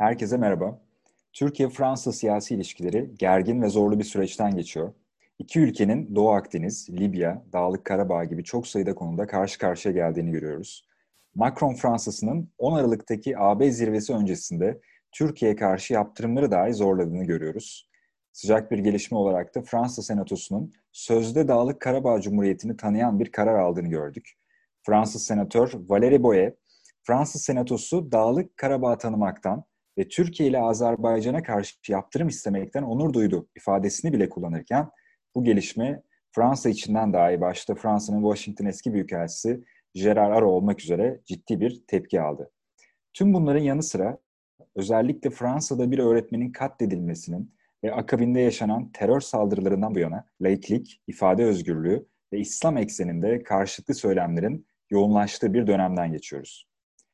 Herkese merhaba. Türkiye-Fransa siyasi ilişkileri gergin ve zorlu bir süreçten geçiyor. İki ülkenin Doğu Akdeniz, Libya, Dağlık Karabağ gibi çok sayıda konuda karşı karşıya geldiğini görüyoruz. Macron Fransa'sının 10 Aralık'taki AB zirvesi öncesinde Türkiye'ye karşı yaptırımları dahi zorladığını görüyoruz. Sıcak bir gelişme olarak da Fransa Senatosu'nun sözde Dağlık Karabağ Cumhuriyeti'ni tanıyan bir karar aldığını gördük. Fransız Senatör Valérie Boyer, Fransız Senatosu Dağlık Karabağ tanımaktan ve Türkiye ile Azerbaycan'a karşı yaptırım istemekten onur duydu ifadesini bile kullanırken bu gelişme Fransa içinden dahi başta Fransa'nın Washington eski büyükelçisi Gérard Araud olmak üzere ciddi bir tepki aldı. Tüm bunların yanı sıra özellikle Fransa'da bir öğretmenin katledilmesinin ve akabinde yaşanan terör saldırılarından bu yana laiklik, ifade özgürlüğü ve İslam ekseninde karşıtlı söylemlerin yoğunlaştığı bir dönemden geçiyoruz.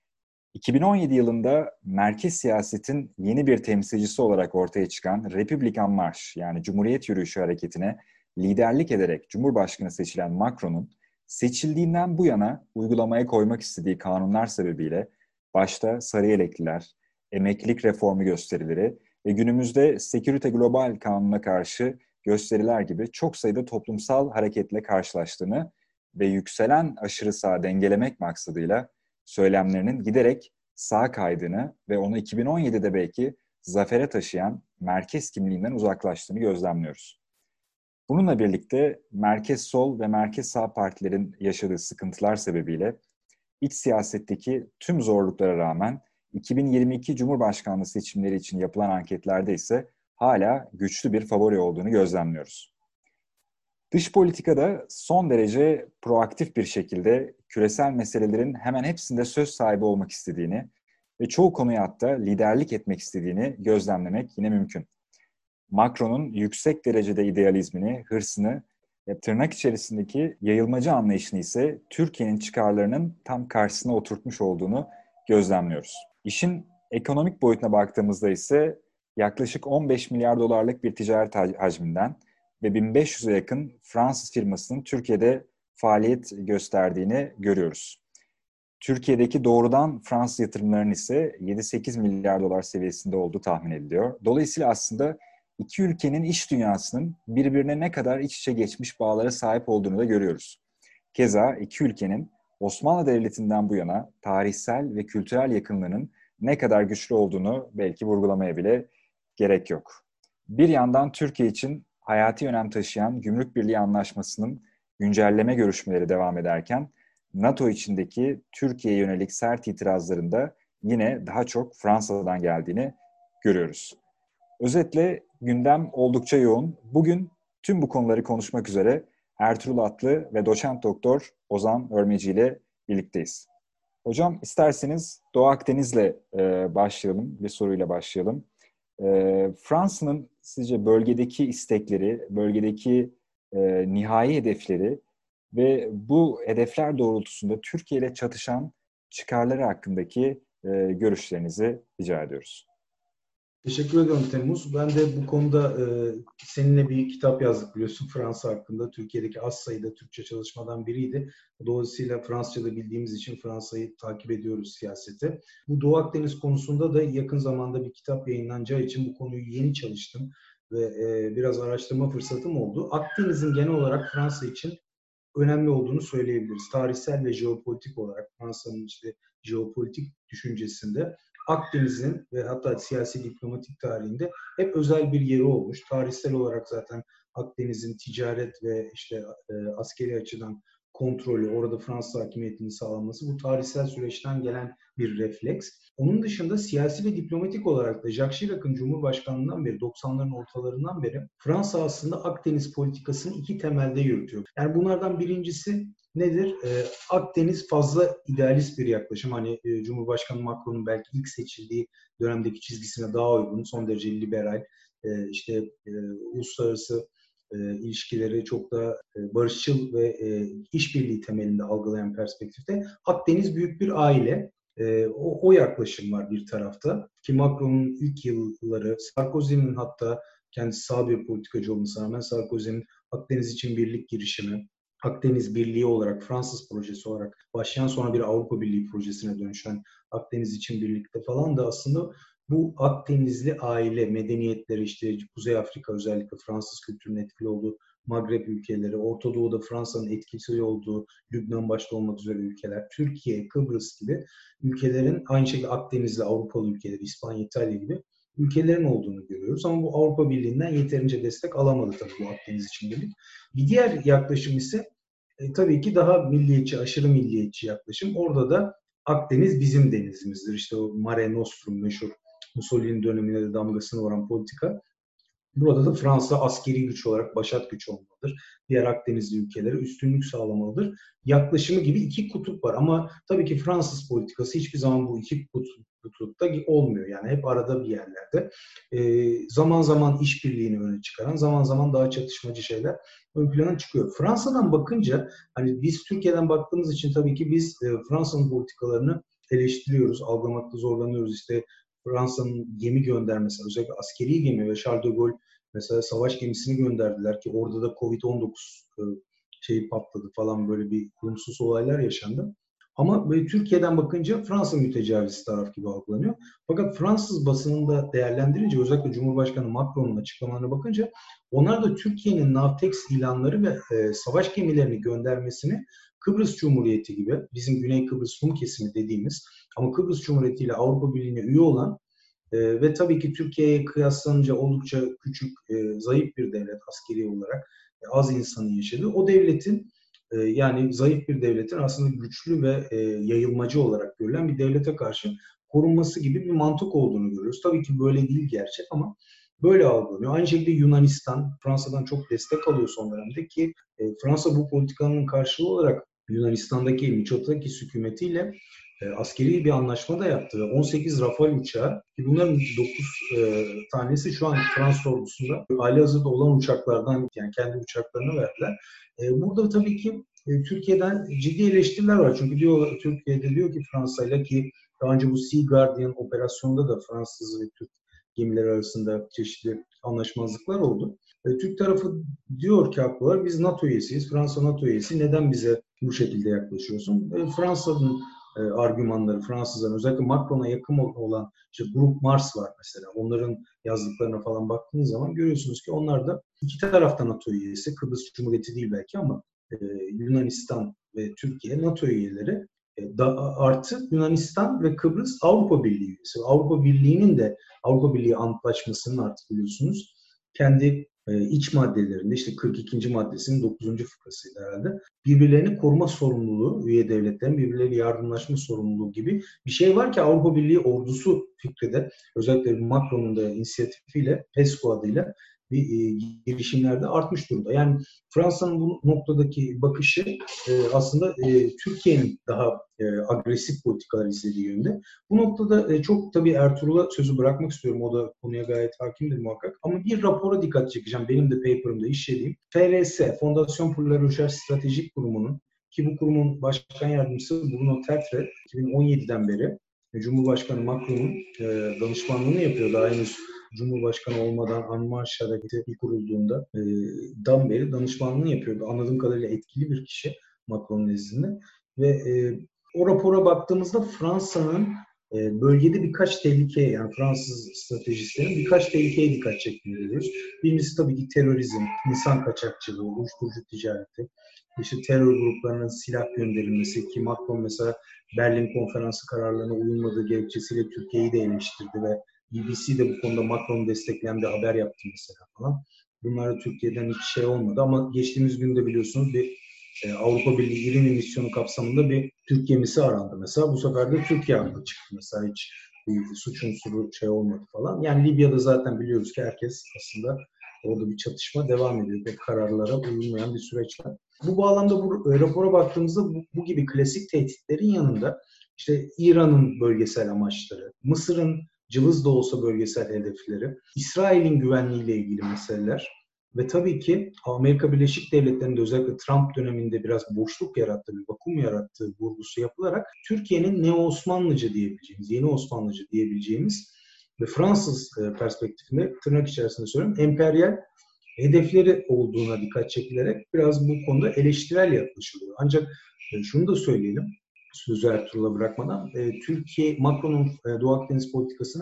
2017 yılında merkez siyasetin yeni bir temsilcisi olarak ortaya çıkan Republikan Marş yani Cumhuriyet Yürüyüşü hareketine liderlik ederek Cumhurbaşkanı seçilen Macron'un seçildiğinden bu yana uygulamaya koymak istediği kanunlar sebebiyle başta sarı yelekliler, emeklilik reformu gösterileri ve günümüzde Securite Global kanununa karşı gösteriler gibi çok sayıda toplumsal hareketle karşılaştığını ve yükselen aşırı sağı dengelemek maksadıyla söylemlerinin giderek sağa kaydığını ve onu 2017'de belki zafere taşıyan merkez kimliğinden uzaklaştığını gözlemliyoruz. Bununla birlikte merkez sol ve merkez sağ partilerin yaşadığı sıkıntılar sebebiyle iç siyasetteki tüm zorluklara rağmen 2022 Cumhurbaşkanlığı seçimleri için yapılan anketlerde ise hala güçlü bir favori olduğunu gözlemliyoruz. Dış politikada son derece proaktif bir şekilde küresel meselelerin hemen hepsinde söz sahibi olmak istediğini ve çoğu konuya hatta liderlik etmek istediğini gözlemlemek yine mümkün. Macron'un yüksek derecede idealizmini, hırsını ve tırnak içerisindeki yayılmacı anlayışını ise Türkiye'nin çıkarlarının tam karşısına oturtmuş olduğunu gözlemliyoruz. İşin ekonomik boyutuna baktığımızda ise yaklaşık 15 milyar dolarlık bir ticaret hacminden ve 1500'e yakın Fransız firmasının Türkiye'de faaliyet gösterdiğini görüyoruz. Türkiye'deki doğrudan Fransız yatırımlarının ise 7-8 milyar dolar seviyesinde olduğu tahmin ediliyor. Dolayısıyla aslında iki ülkenin iş dünyasının birbirine ne kadar iç içe geçmiş bağlara sahip olduğunu da görüyoruz. Keza iki ülkenin Osmanlı Devleti'nden bu yana tarihsel ve kültürel yakınlığının ne kadar güçlü olduğunu belki vurgulamaya bile gerek yok. Bir yandan Türkiye için hayati önem taşıyan Gümrük Birliği Anlaşması'nın güncelleme görüşmeleri devam ederken NATO içindeki Türkiye'ye yönelik sert itirazlarında yine daha çok Fransa'dan geldiğini görüyoruz. Özetle gündem oldukça yoğun. Bugün tüm bu konuları konuşmak üzere Ertuğrul Atlı ve doçent doktor Ozan Örmeci ile birlikteyiz. Hocam isterseniz Doğu Akdeniz'le başlayalım, bir soruyla başlayalım. Fransa'nın sizce bölgedeki istekleri, bölgedeki nihai hedefleri ve bu hedefler doğrultusunda Türkiye ile çatışan çıkarları hakkındaki görüşlerinizi rica ediyoruz. Teşekkür ediyorum Temmuz. Ben de bu konuda seninle bir kitap yazdık biliyorsun Fransa hakkında. Türkiye'deki az sayıda Türkçe çalışmadan biriydi. Dolayısıyla Fransızca bildiğimiz için Fransa'yı takip ediyoruz siyasete. Bu Doğu Akdeniz konusunda da yakın zamanda bir kitap yayınlanacağı için bu konuyu yeni çalıştım ve biraz araştırma fırsatım oldu. Akdeniz'in genel olarak Fransa için önemli olduğunu söyleyebiliriz. Tarihsel ve jeopolitik olarak Fransa'nın işte jeopolitik düşüncesinde Akdeniz'in ve hatta siyasi diplomatik tarihinde hep özel bir yeri olmuş. Tarihsel olarak zaten Akdeniz'in ticaret ve işte askeri açıdan kontrolü, orada Fransız hakimiyetinin sağlanması bu tarihsel süreçten gelen bir refleks. Onun dışında siyasi ve diplomatik olarak da Jacques Chirac'ın Cumhurbaşkanlığından beri, 90'ların ortalarından beri Fransa aslında Akdeniz politikasını iki temelde yürütüyor. Yani bunlardan birincisi nedir? Akdeniz fazla idealist bir yaklaşım. Hani Cumhurbaşkanı Macron'un belki ilk seçildiği dönemdeki çizgisine daha uygun, son derece liberal, uluslararası ilişkileri çok da barışçıl ve işbirliği temelinde algılayan perspektifte Akdeniz büyük bir aile. O yaklaşım var bir tarafta. Ki Macron'un ilk yılları, Sarkozy'nin hatta kendisi sağ bir politikacı olmasına rağmen Sarkozy'nin Akdeniz için birlik girişimi, Akdeniz Birliği olarak, Fransız projesi olarak başlayan sonra bir Avrupa Birliği projesine dönüşen Akdeniz için birlikte falan da aslında bu Akdenizli aile medeniyetleri, işte Kuzey Afrika, özellikle Fransız kültürünün etkili olduğu Magreb ülkeleri, Orta Doğu'da Fransa'nın etkisi olduğu Lübnan başta olmak üzere ülkeler, Türkiye, Kıbrıs gibi ülkelerin, aynı şekilde Akdenizli Avrupalı ülkeleri, İspanya, İtalya gibi ülkelerin olduğunu görüyoruz. Ama bu Avrupa Birliği'nden yeterince destek alamadı tabii bu Akdeniz için birlik. Bir diğer yaklaşım ise tabii ki daha milliyetçi, aşırı milliyetçi yaklaşım. Orada da Akdeniz bizim denizimizdir. İşte o Mare Nostrum meşhur, Mussolini döneminde de damgasını vuran politika. Burada da Fransa askeri güç olarak başat güç olmalıdır. Diğer Akdenizli ülkelere üstünlük sağlamalıdır. Yaklaşımı gibi iki kutup var ama tabii ki Fransız politikası hiçbir zaman bu iki kutupta olmuyor. Yani hep arada bir yerlerde. Zaman zaman işbirliğini öne çıkaran, zaman zaman daha çatışmacı şeyler ön plana çıkıyor. Fransa'dan bakınca, hani biz Türkiye'den baktığımız için tabii ki biz Fransa'nın politikalarını eleştiriyoruz, algılamakta zorlanıyoruz. İşte Fransa'nın gemi göndermesi, özellikle askeri gemi ve Charles de Gaulle mesela savaş gemisini gönderdiler ki orada da Covid-19 şeyi patladı falan, böyle bir olumsuz olaylar yaşandı. Ama böyle Türkiye'den bakınca Fransa mütecaviz taraf gibi algılanıyor. Fakat Fransız basınında değerlendirince, özellikle Cumhurbaşkanı Macron'un açıklamalarına bakınca, onlar da Türkiye'nin Navtex ilanları ve savaş gemilerini göndermesini Kıbrıs Cumhuriyeti gibi, bizim Güney Kıbrıs Rum kesimi dediğimiz ama Kıbrıs Cumhuriyeti ile Avrupa Birliği'ne üye olan ve tabii ki Türkiye'ye kıyaslanınca oldukça küçük, zayıf bir devlet askeri olarak, az insanın yaşadığı, o devletin yani zayıf bir devletin aslında güçlü ve yayılmacı olarak görülen bir devlete karşı korunması gibi bir mantık olduğunu görüyoruz. Tabii ki böyle değil gerçek ama böyle algılanıyor. Aynı şekilde Yunanistan, Fransa'dan çok destek alıyor son dönemde ki Fransa bu politikanın karşılığı olarak Yunanistan'daki Mitsotakis hükümetiyle askeri bir anlaşma da yaptı. 18 Rafale uçağı, ki bunların 9 tanesi şu an Fransız ordusunda halihazırda olan uçaklardan, yani kendi uçaklarını verdiler. Burada tabii ki Türkiye'den ciddi eleştiriler var. Çünkü Türkiye'de diyor ki Fransa'yla, ki daha önce bu Sea Guardian operasyonunda da Fransız ve Türk gemileri arasında çeşitli anlaşmazlıklar oldu. Türk tarafı diyor ki haklı olarak, biz NATO üyesiyiz, Fransa NATO üyesi, neden bize bu şekilde yaklaşıyorsun? Fransa'nın argümanları, Fransızların, özellikle Macron'a yakın olan işte Grup Mars var mesela. Onların yazdıklarına falan baktığınız zaman görüyorsunuz ki onlar da iki taraftan NATO üyesi. Kıbrıs Cumhuriyeti değil belki ama Yunanistan ve Türkiye NATO üyeleri. Artı Yunanistan ve Kıbrıs Avrupa Birliği üyesi. Avrupa Birliği'nin de, Avrupa Birliği Antlaşması'nın artık biliyorsunuz kendi iç maddelerinde, işte 42. maddesinin 9. fıkrasıydı herhalde, birbirlerini koruma sorumluluğu, üye devletlerin birbirleriyle yardımlaşma sorumluluğu gibi bir şey var ki Avrupa Birliği ordusu fikri de özellikle Macron'un da inisiyatifiyle, PESCO adıyla bir girişimlerde artmış durumda. Yani Fransa'nın bu noktadaki bakışı aslında Türkiye'nin daha agresif politikalar izlediği yönde. Bu noktada çok tabii Ertuğrul'a sözü bırakmak istiyorum. O da konuya gayet hakimdir muhakkak. Ama bir rapora dikkat çekeceğim. Benim de paper'ımda işlediğim. FRS, Fondation pour la Recherche Stratejik Kurumu'nun, ki bu kurumun başkan yardımcısı Bruno Tertre, 2017'den beri Cumhurbaşkanı Macron'un danışmanlığını yapıyor. Daha henüz Cumhurbaşkanı olmadan En Marche hareketi ilk kurulduğunda dan beri danışmanlığını yapıyordu. Anladığım kadarıyla etkili bir kişi Macron'un nezdinde. Ve o rapora baktığımızda Fransa'nın bölgede birkaç tehlikeye, yani Fransız stratejistlerin birkaç tehlikeye dikkat çektiğini görüyoruz. Birincisi tabii ki terörizm, insan kaçakçılığı, uyuşturucu ticareti, işte terör gruplarının silah gönderilmesi, ki Macron mesela Berlin Konferansı kararlarına uyulmadığı gerekçesiyle Türkiye'yi de eleştirdi ve BBC de bu konuda Macron'u destekleyen bir haber yaptı mesela falan. Bunlar da Türkiye'den hiç şey olmadı ama geçtiğimiz günde biliyorsunuz bir Avrupa Birliği İrini misyonu kapsamında bir Türk gemisi arandı mesela. Bu sefer de Türkiye haklı çıktı mesela, hiç bir suç unsuru şey olmadı falan. Yani Libya'da zaten biliyoruz ki herkes aslında, orada bir çatışma devam ediyor. Pek kararlara uyulmayan bir süreç var. Bu bağlamda bu rapora baktığımızda bu gibi klasik tehditlerin yanında işte İran'ın bölgesel amaçları, Mısır'ın cılız da olsa bölgesel hedefleri, İsrail'in güvenliğiyle ilgili meseleler ve tabii ki Amerika Birleşik Devletleri'nde özellikle Trump döneminde biraz boşluk yarattığı, bir vakum yarattığı vurgusu yapılarak Türkiye'nin Neo-Osmanlıcı diyebileceğimiz, Yeni Osmanlıcı diyebileceğimiz ve Fransız perspektifinde, tırnak içerisinde söylüyorum, emperyal hedefleri olduğuna dikkat çekilerek biraz bu konuda eleştirel yaklaşılıyor. Ancak şunu da söyleyelim, sözü Ertuğrul'a bırakmadan, Türkiye, Macron'un Doğu Akdeniz politikasına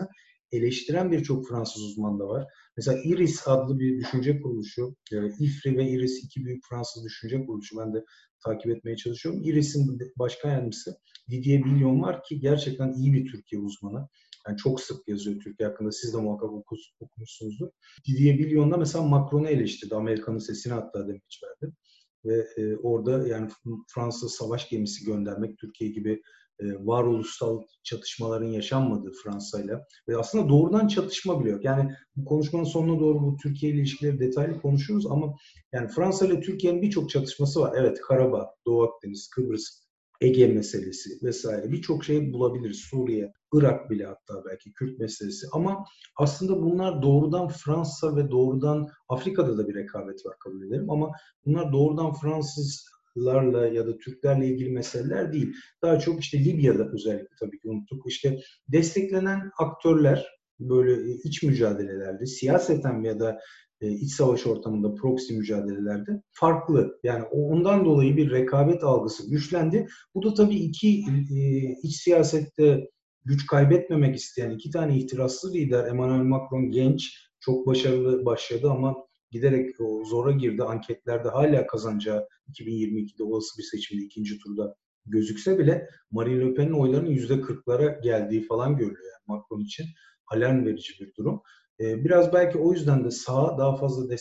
eleştiren birçok Fransız uzman da var. Mesela IRIS adlı bir düşünce kuruluşu, IFRI ve IRIS iki büyük Fransız düşünce kuruluşu. Ben de takip etmeye çalışıyorum. IRIS'in başkan yardımcısı Didier Billon var ki gerçekten iyi bir Türkiye uzmanı. Yani çok sık yazıyor Türkiye hakkında. Siz de muhakkak okumuşsunuzdur. Didier Billon da mesela Macron'u eleştirdi. Amerika'nın sesini hatta demeç verdi. Ve orada yani Fransa savaş gemisi göndermek, Türkiye gibi varoluşsal çatışmaların yaşanmadığı Fransa'yla ve aslında doğrudan çatışma bile yok. Yani bu konuşmanın sonuna doğru bu Türkiye ile ilişkileri detaylı konuşuruz ama yani Fransa ile Türkiye'nin birçok çatışması var. Evet, Karabağ, Doğu Akdeniz, Kıbrıs, Ege meselesi vesaire birçok şey bulabiliriz. Suriye, Irak bile hatta belki Kürt meselesi ama aslında bunlar doğrudan Fransa ve doğrudan Afrika'da da bir rekabet var kabul ederim ama bunlar doğrudan Fransızlarla ya da Türklerle ilgili meseleler değil. Daha çok işte Libya'da özellikle tabii ki unuttuk. İşte desteklenen aktörler böyle iç mücadelelerde, siyaseten ya da iç savaş ortamında proxy mücadelelerde farklı. Yani ondan dolayı bir rekabet algısı güçlendi. Bu da tabii iç siyasette güç kaybetmemek isteyen iki tane ihtiraslı lider, Emmanuel Macron genç, çok başarılı başladı ama giderek zora girdi. Anketlerde hala kazanacağı 2022'de olası bir seçimde ikinci turda gözükse bile Marine Le Pen'in oylarının %40'lara geldiği falan görülüyor. Yani Macron için alarm verici bir durum. Biraz belki o yüzden de sağa daha fazla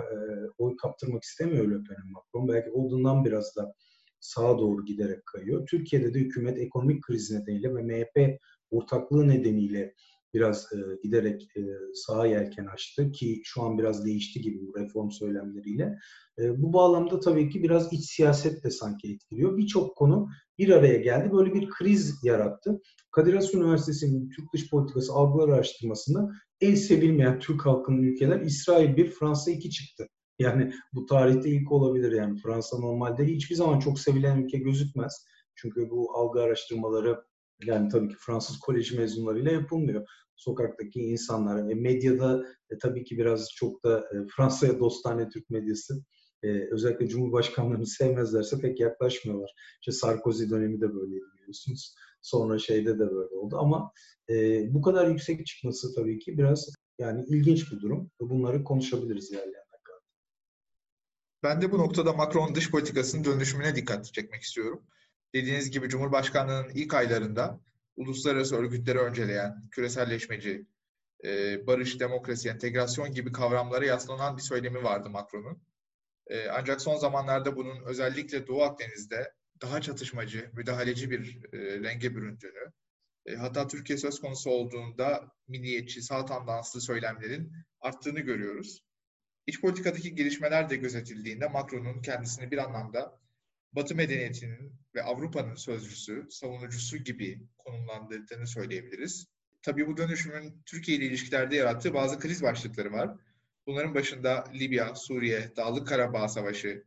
oy kaptırmak istemiyor Le Pen'in Macron. Belki olduğundan biraz da sağa doğru giderek kayıyor. Türkiye'de de hükümet ekonomik kriz nedeniyle ve MHP ortaklığı nedeniyle biraz giderek sağa yelken açtı ki şu an biraz değişti gibi bu reform söylemleriyle. Bu bağlamda tabii ki biraz iç siyaset de sanki etkiliyor. Birçok konu bir araya geldi. Böyle bir kriz yarattı. Kadir Has Üniversitesi'nin Türk Dış Politikası Algılar Araştırmasında en sevilmeyen Türk halkının ülkeler İsrail 1, Fransa 2 çıktı. Yani bu tarihte ilk olabilir yani. Fransa normalde hiçbir zaman çok sevilen ülke gözükmez. Çünkü bu algı araştırmaları yani tabii ki Fransız koleji mezunlarıyla yapılmıyor. Sokaktaki insanlar ve medyada tabii ki biraz çok da Fransa'ya dostane Türk medyası özellikle Cumhurbaşkanlarını sevmezlerse pek yaklaşmıyorlar. İşte Sarkozy dönemi de böyleydi biliyorsunuz. Sonra şeyde de böyle oldu ama bu kadar yüksek çıkması tabii ki biraz yani ilginç bir durum. Bunları konuşabiliriz ilerleyen. Ben de bu noktada Macron'un dış politikasının dönüşümüne dikkat çekmek istiyorum. Dediğiniz gibi Cumhurbaşkanlığının ilk aylarında uluslararası örgütleri önceleyen, küreselleşmeci, barış, demokrasi, entegrasyon gibi kavramlara yaslanan bir söylemi vardı Macron'un. Ancak son zamanlarda bunun özellikle Doğu Akdeniz'de daha çatışmacı, müdahaleci bir renge büründüğünü, hatta Türkiye söz konusu olduğunda milliyetçi, sağ tandanslı söylemlerin arttığını görüyoruz. İç politikadaki gelişmeler de gözetildiğinde Macron'un kendisini bir anlamda Batı medeniyetinin ve Avrupa'nın sözcüsü, savunucusu gibi konumlandırdığını söyleyebiliriz. Tabii bu dönüşümün Türkiye ile ilişkilerde yarattığı bazı kriz başlıkları var. Bunların başında Libya, Suriye, Dağlık Karabağ Savaşı,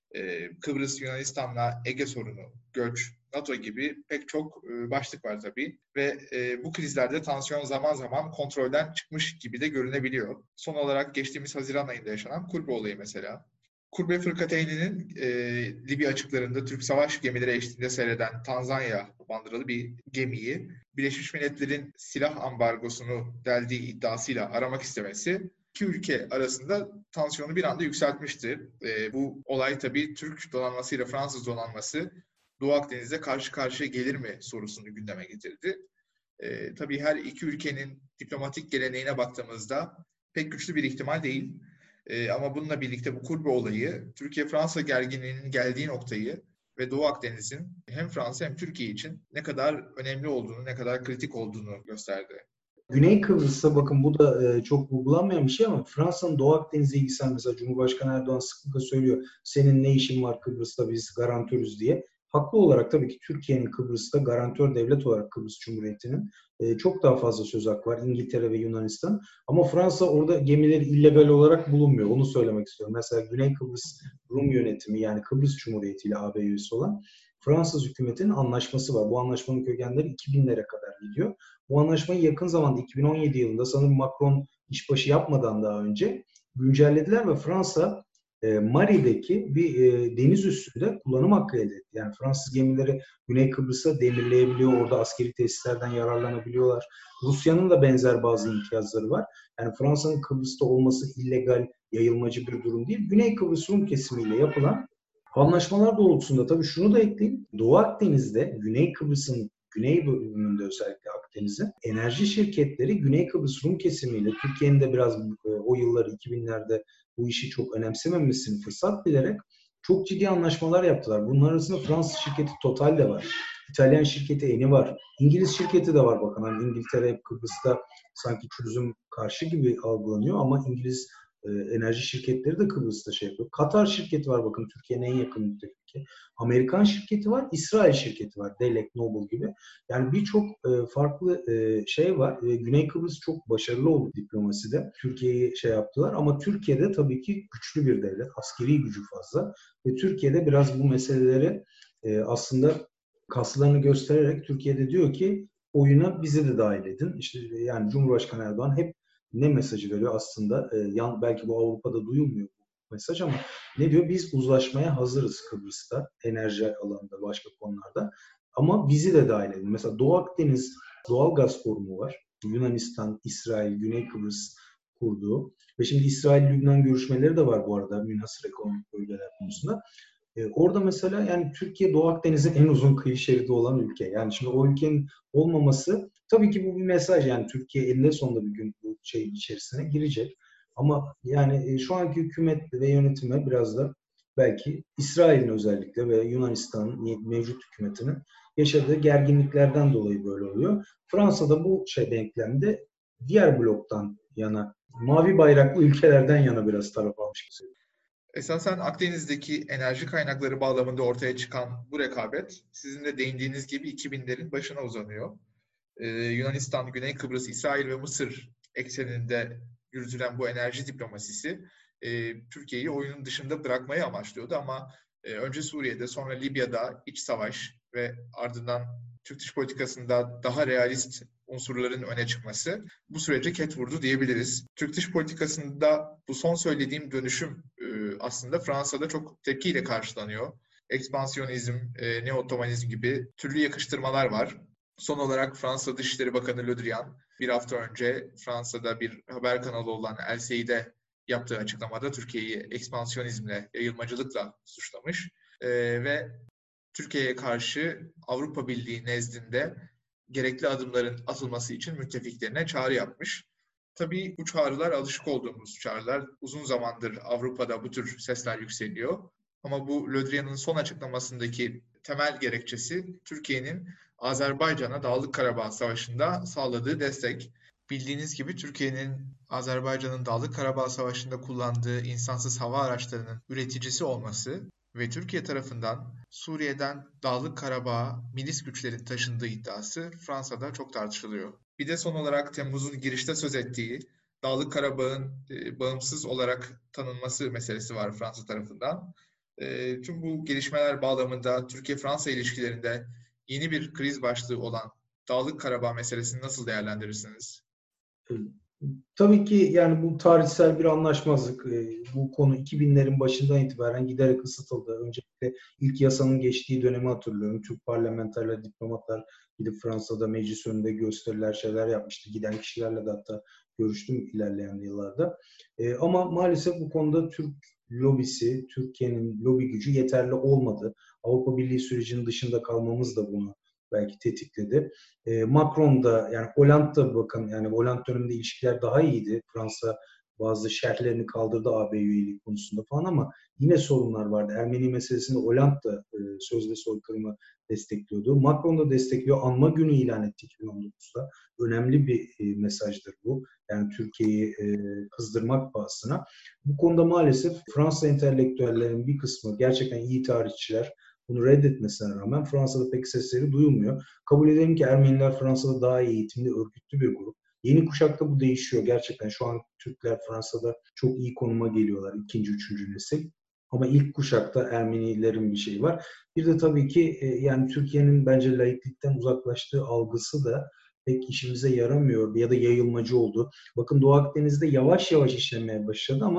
Kıbrıs, Yunanistan'la Ege sorunu, göç, NATO gibi pek çok başlık var tabii. Ve bu krizlerde tansiyon zaman zaman kontrolden çıkmış gibi de görünebiliyor. Son olarak geçtiğimiz Haziran ayında yaşanan Kurbe olayı mesela. Kurbe Fırkateynli'nin Libya açıklarında Türk savaş gemileri eşliğinde seyreden Tanzanya bandıralı bir gemiyi Birleşmiş Milletler'in silah ambargosunu deldiği iddiasıyla aramak istemesi iki ülke arasında tansiyonu bir anda yükseltmişti. Bu olay tabii Türk donanmasıyla Fransız donanması Doğu Akdeniz'de karşı karşıya gelir mi sorusunu gündeme getirdi. Tabii her iki ülkenin diplomatik geleneğine baktığımızda pek güçlü bir ihtimal değil. Ama bununla birlikte bu Kurbe olayı Türkiye-Fransa gerginliğinin geldiği noktayı ve Doğu Akdeniz'in hem Fransa hem Türkiye için ne kadar önemli olduğunu, ne kadar kritik olduğunu gösterdi. Güney Kıbrıs'ta bakın bu da çok vurgulanmayan bir şey ama Fransa'nın Doğu Akdeniz'e ilgisi mesela Cumhurbaşkanı Erdoğan sıklıkla söylüyor. Senin ne işin var Kıbrıs'ta biz garantörüz diye. Haklı olarak tabii ki Türkiye'nin Kıbrıs'ta garantör devlet olarak Kıbrıs Cumhuriyeti'nin çok daha fazla söz hakkı var. İngiltere ve Yunanistan. Ama Fransa orada gemileri illegal olarak bulunmuyor. Onu söylemek istiyorum. Mesela Güney Kıbrıs Rum yönetimi yani Kıbrıs Cumhuriyeti ile AB üyesi olan Fransız hükümetinin anlaşması var. Bu anlaşmanın kökenleri 2000'lere kadar gidiyor. Bu anlaşmayı yakın zamanda 2017 yılında sanırım Macron işbaşı yapmadan daha önce güncellediler ve Fransa Mari'deki bir deniz üstünde kullanım hakkı elde etti. Yani Fransız gemileri Güney Kıbrıs'a demirleyebiliyor, orada askeri tesislerden yararlanabiliyorlar. Rusya'nın da benzer bazı imtiyazları var. Yani Fransa'nın Kıbrıs'ta olması illegal, yayılmacı bir durum değil. Güney Kıbrıs Rum kesimiyle yapılan anlaşmalar doğrultusunda tabii şunu da ekleyeyim. Doğu Akdeniz'de, Güney Kıbrıs'ın güney bölümünde özellikle Akdeniz'in enerji şirketleri Güney Kıbrıs Rum kesimiyle Türkiye'nin de biraz o yılları 2000'lerde bu işi çok önemsememesini fırsat bilerek çok ciddi anlaşmalar yaptılar. Bunların arasında Fransız şirketi Total de var. İtalyan şirketi Eni var. İngiliz şirketi de var bakın. Hani İngiltere Kıbrıs'ta sanki çözüm karşı gibi algılanıyor ama İngiliz enerji şirketleri de Kıbrıs'ta şey yapıyor. Katar şirketi var bakın, Türkiye'nin en yakın müttefiki. Amerikan şirketi var, İsrail şirketi var, Delek, Noble gibi. Yani birçok farklı şey var. Güney Kıbrıs çok başarılı oldu diplomaside. Türkiye'yi şey yaptılar ama Türkiye'de tabii ki güçlü bir devlet, askeri gücü fazla ve Türkiye'de biraz bu meseleleri aslında kaslarını göstererek Türkiye'de diyor ki oyuna bizi de dahil edin. İşte yani Cumhurbaşkanı Erdoğan hep ne mesajı veriyor aslında? Belki bu Avrupa'da duyulmuyor bu mesaj ama ne diyor? Biz uzlaşmaya hazırız Kıbrıs'ta, enerji alanında, başka konularda. Ama bizi de dahil edin. Mesela Doğu Akdeniz doğal gaz forumu var. Yunanistan, İsrail, Güney Kıbrıs kurduğu. Ve şimdi İsrail-Lübnan görüşmeleri de var bu arada münhasır ekonomik bölgeler konusunda. Orada mesela yani Türkiye Doğu Akdeniz'in en uzun kıyı şeridi olan ülke. Yani şimdi o ülkenin olmaması tabii ki bu bir mesaj. Yani Türkiye eninde sonunda bir gün bu şey içerisine girecek. Ama yani şu anki hükümet ve yönetime biraz da belki İsrail'in özellikle ve Yunanistan'ın mevcut hükümetinin yaşadığı gerginliklerden dolayı böyle oluyor. Fransa'da bu denklemde diğer bloktan yana, mavi bayraklı ülkelerden yana biraz taraf almış gibi. Esasen Akdeniz'deki enerji kaynakları bağlamında ortaya çıkan bu rekabet, sizin de değindiğiniz gibi 2000'lerin başına uzanıyor. Yunanistan, Güney Kıbrıs, İsrail ve Mısır ekseninde yürütülen bu enerji diplomasisi Türkiye'yi oyunun dışında bırakmayı amaçlıyordu ama önce Suriye'de, sonra Libya'da iç savaş ve ardından Türk dış politikasında daha realist unsurların öne çıkması bu sürece ket vurdu diyebiliriz. Türk dış politikasında bu son söylediğim dönüşüm aslında Fransa'da çok tepkiyle karşılanıyor. Ekspansiyonizm, neo-Ottomanizm gibi türlü yakıştırmalar var. Son olarak Fransa Dışişleri Bakanı Le Drian bir hafta önce Fransa'da bir haber kanalı olan LCI'de yaptığı açıklamada Türkiye'yi ekspansiyonizmle, yayılmacılıkla suçlamış ve Türkiye'ye karşı Avrupa Birliği nezdinde gerekli adımların atılması için müttefiklerine çağrı yapmış. Tabii bu çağrılar alışık olduğumuz çağrılar. Uzun zamandır Avrupa'da bu tür sesler yükseliyor. Ama bu Le Drian'ın son açıklamasındaki temel gerekçesi Türkiye'nin Azerbaycan'a Dağlık Karabağ Savaşı'nda sağladığı destek. Bildiğiniz gibi Türkiye'nin Azerbaycan'ın Dağlık Karabağ Savaşı'nda kullandığı insansız hava araçlarının üreticisi olması ve Türkiye tarafından Suriye'den Dağlık Karabağ'a milis güçlerin taşındığı iddiası Fransa'da çok tartışılıyor. Bir de son olarak Temmuz'un girişte söz ettiği Dağlık Karabağ'ın bağımsız olarak tanınması meselesi var Fransa tarafından. Tüm bu gelişmeler bağlamında Türkiye-Fransa ilişkilerinde yeni bir kriz başlığı olan Dağlık Karabağ meselesini nasıl değerlendirirsiniz? Tabii ki yani bu tarihsel bir anlaşmazlık. Bu konu 2000'lerin başından itibaren giderek ısıtıldı. Öncelikle ilk yasanın geçtiği dönemi hatırlıyorum. Türk parlamenterler, diplomatlar gidip Fransa'da meclis önünde gösteriler, şeyler yapmıştı. Giden kişilerle de hatta görüştüm ilerleyen yıllarda. Ama maalesef bu konuda Türk lobisi, Türkiye'nin lobi gücü yeterli olmadı. Avrupa Birliği sürecinin dışında kalmamız da bunu belki tetikledi. Macron da yani Hollande da bakın yani Hollande döneminde ilişkiler daha iyiydi. Fransa bazı şerhlerini kaldırdı AB üyeliği konusunda falan ama yine sorunlar vardı. Ermeni meselesinde Hollande da sözde soykırımı destekliyordu. Macron da destekliyor. Anma günü ilan etti 2019'da. Önemli bir mesajdır bu. Yani Türkiye'yi kızdırmak pahasına. Bu konuda maalesef Fransa entelektüellerinin bir kısmı gerçekten iyi tarihçiler bunu reddetmesine rağmen Fransa'da pek sesleri duyulmuyor. Kabul edelim ki Ermeniler Fransa'da daha iyi eğitimli, örgütlü bir grup. Yeni kuşakta bu değişiyor. Gerçekten şu an Türkler Fransa'da çok iyi konuma geliyorlar. İkinci, üçüncü nesil. Ama ilk kuşakta Ermenilerin bir şeyi var. Bir de tabii ki yani Türkiye'nin bence laiklikten uzaklaştığı algısı da pek işimize yaramıyor ya da yayılmacı oldu. Bakın Doğu Akdeniz'de yavaş yavaş işlemeye başladı ama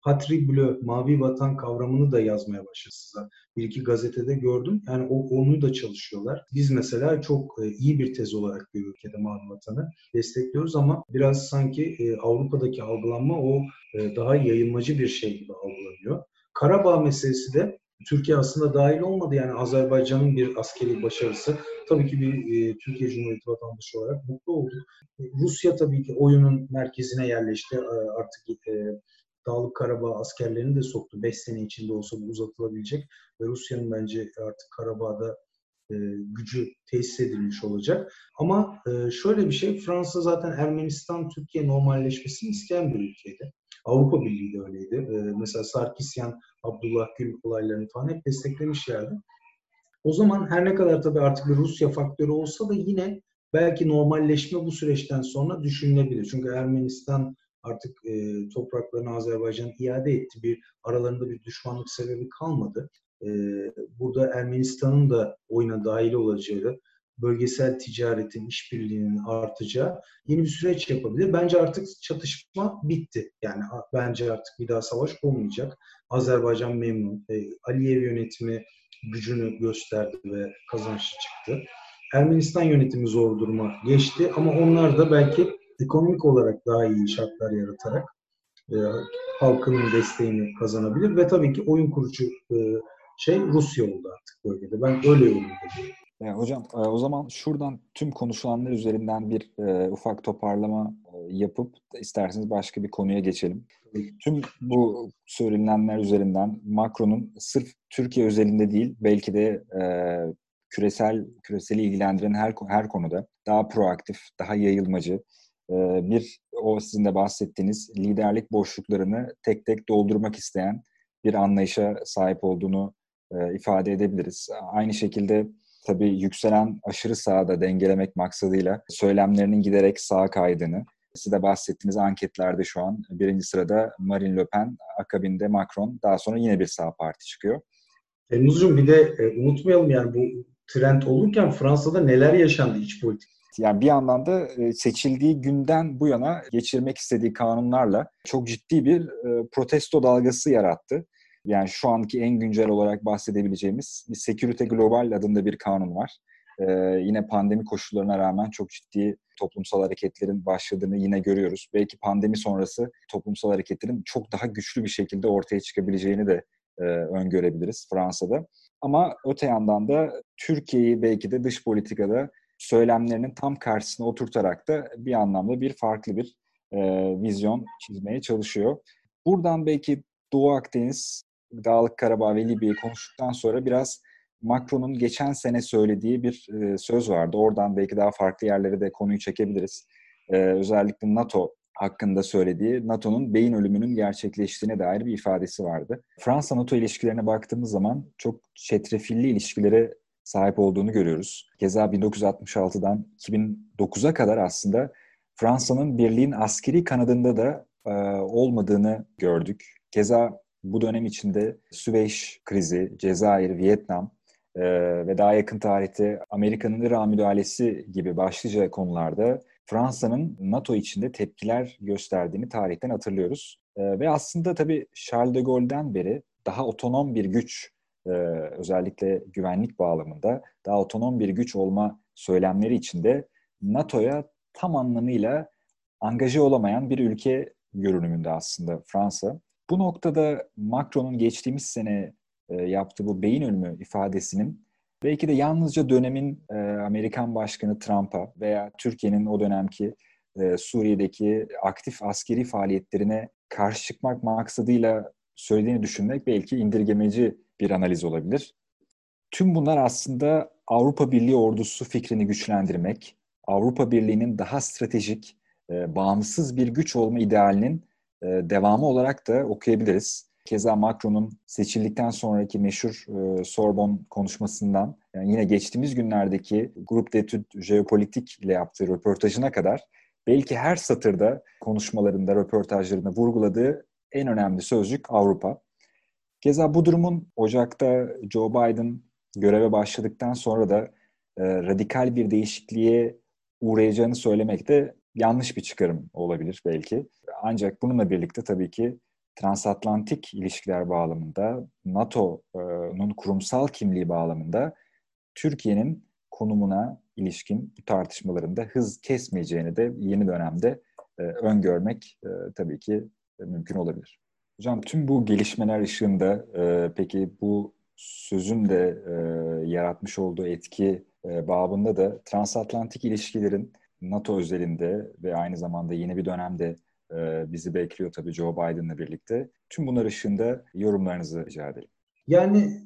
Patrie Bleu, mavi vatan kavramını da yazmaya başladılar. Bir iki gazetede gördüm. Yani onu da çalışıyorlar. Biz mesela çok iyi bir tez olarak bir ülkede mavi vatanı destekliyoruz ama biraz sanki Avrupa'daki algılanma o daha yayılmacı bir şey gibi algılanıyor. Karabağ meselesi de Türkiye aslında dahil olmadı. Yani Azerbaycan'ın bir askeri başarısı. Tabii ki bir Türkiye Cumhuriyeti vatandaşı olarak mutlu olduk. Rusya tabii ki oyunun merkezine yerleşti. Artık Dağlık Karabağ askerlerini de soktu. 5 sene içinde olsa bu uzatılabilecek. Ve Rusya'nın bence artık Karabağ'da gücü tesis edilmiş olacak. Ama şöyle bir şey, Fransa zaten Ermenistan-Türkiye normalleşmesini isteyen bir ülkeydi. Avrupa Birliği de öyleydi. Mesela Sarkisyan, Abdullah Gül olaylarını falan hep desteklemişlerdi. O zaman her ne kadar tabii artık bir Rusya faktörü olsa da yine belki normalleşme bu süreçten sonra düşünülebilir. Çünkü Ermenistan artık topraklarını Azerbaycan iade etti. Aralarında bir düşmanlık sebebi kalmadı. Burada Ermenistan'ın da oyuna dahil olacağı, bölgesel ticaretin, işbirliğinin artacağı yeni bir süreç yapabilir. Bence artık çatışma bitti. Yani bence artık bir daha savaş olmayacak. Azerbaycan memnun. Aliyev yönetimi gücünü gösterdi ve kazançlı çıktı. Ermenistan yönetimi zor duruma geçti ama onlar da belki ekonomik olarak daha iyi şartlar yaratarak halkının desteğini kazanabilir ve tabii ki oyun kurucu Rusya oldu artık bölgede. Ben öyle yorumluyorum. Hocam o zaman şuradan tüm konuşulanlar üzerinden bir ufak toparlama yapıp isterseniz başka bir konuya geçelim. Tüm bu söylenenler üzerinden Macron'un sırf Türkiye özelinde değil belki de küreseli ilgilendiren her konuda daha proaktif, daha yayılmacı o sizin de bahsettiğiniz liderlik boşluklarını tek tek doldurmak isteyen bir anlayışa sahip olduğunu ifade edebiliriz. Aynı şekilde tabii yükselen aşırı sağda dengelemek maksadıyla söylemlerinin giderek sağa kaydığını, siz de bahsettiğiniz anketlerde şu an birinci sırada Marine Le Pen, akabinde Macron, daha sonra yine bir sağ parti çıkıyor. Temmuzcuğum bir de unutmayalım yani bu trend olurken Fransa'da neler yaşandı iç politik. Yani bir yandan da seçildiği günden bu yana geçirmek istediği kanunlarla çok ciddi bir protesto dalgası yarattı. Yani şu anki en güncel olarak bahsedebileceğimiz bir Securite Global adında bir kanun var. Yine pandemi koşullarına rağmen çok ciddi toplumsal hareketlerin başladığını yine görüyoruz. Belki pandemi sonrası toplumsal hareketlerin çok daha güçlü bir şekilde ortaya çıkabileceğini de öngörebiliriz Fransa'da. Ama öte yandan da Türkiye'yi belki de dış politikada söylemlerinin tam karşısına oturtarak da bir anlamda bir farklı bir vizyon çizmeye çalışıyor. Buradan belki Doğu Akdeniz, Dağlık Karabağ ve Libya'yı konuştuktan sonra biraz Macron'un geçen sene söylediği bir söz vardı. Oradan belki daha farklı yerlere de konuyu çekebiliriz. Özellikle NATO hakkında söylediği, NATO'nun beyin ölümünün gerçekleştiğine dair bir ifadesi vardı. Fransa-NATO ilişkilerine baktığımız zaman çok çetrefilli ilişkilere sahip olduğunu görüyoruz. Keza 1966'dan 2009'a kadar aslında Fransa'nın birliğin askeri kanadında da olmadığını gördük. Keza bu dönem içinde Süveyş krizi, Cezayir, Vietnam ve daha yakın tarihte Amerika'nın Irak müdahalesi gibi başlıca konularda Fransa'nın NATO içinde tepkiler gösterdiğini tarihten hatırlıyoruz. Ve aslında tabii Charles de Gaulle'den beri daha otonom bir güç, özellikle güvenlik bağlamında daha otonom bir güç olma söylemleri içinde NATO'ya tam anlamıyla angaje olamayan bir ülke görünümünde aslında Fransa. Bu noktada Macron'un geçtiğimiz sene yaptığı bu beyin ölümü ifadesinin belki de yalnızca dönemin Amerikan Başkanı Trump'a veya Türkiye'nin o dönemki Suriye'deki aktif askeri faaliyetlerine karşı çıkmak maksadıyla söylediğini düşünmek belki indirgemeci bir analiz olabilir. Tüm bunlar aslında Avrupa Birliği ordusu fikrini güçlendirmek, Avrupa Birliği'nin daha stratejik, bağımsız bir güç olma idealinin devamı olarak da okuyabiliriz. Keza Macron'un seçildikten sonraki meşhur Sorbonne konuşmasından, yani yine geçtiğimiz günlerdeki Groupe d'Etudes Géopolitiques ile yaptığı röportajına kadar belki her satırda konuşmalarında, röportajlarında vurguladığı en önemli sözcük Avrupa. Keza bu durumun Ocak'ta Joe Biden göreve başladıktan sonra da radikal bir değişikliğe uğrayacağını söylemek de yanlış bir çıkarım olabilir belki. Ancak bununla birlikte tabii ki transatlantik ilişkiler bağlamında, NATO'nun kurumsal kimliği bağlamında Türkiye'nin konumuna ilişkin bu tartışmalarında hız kesmeyeceğini de yeni dönemde öngörmek tabii ki mümkün olabilir. Hocam tüm bu gelişmeler ışığında peki bu sözün de yaratmış olduğu etki babında da transatlantik ilişkilerin NATO özelinde ve aynı zamanda yeni bir dönemde bizi bekliyor tabii Joe Biden'la birlikte. Tüm bunlar ışığında yorumlarınızı rica edelim. Yani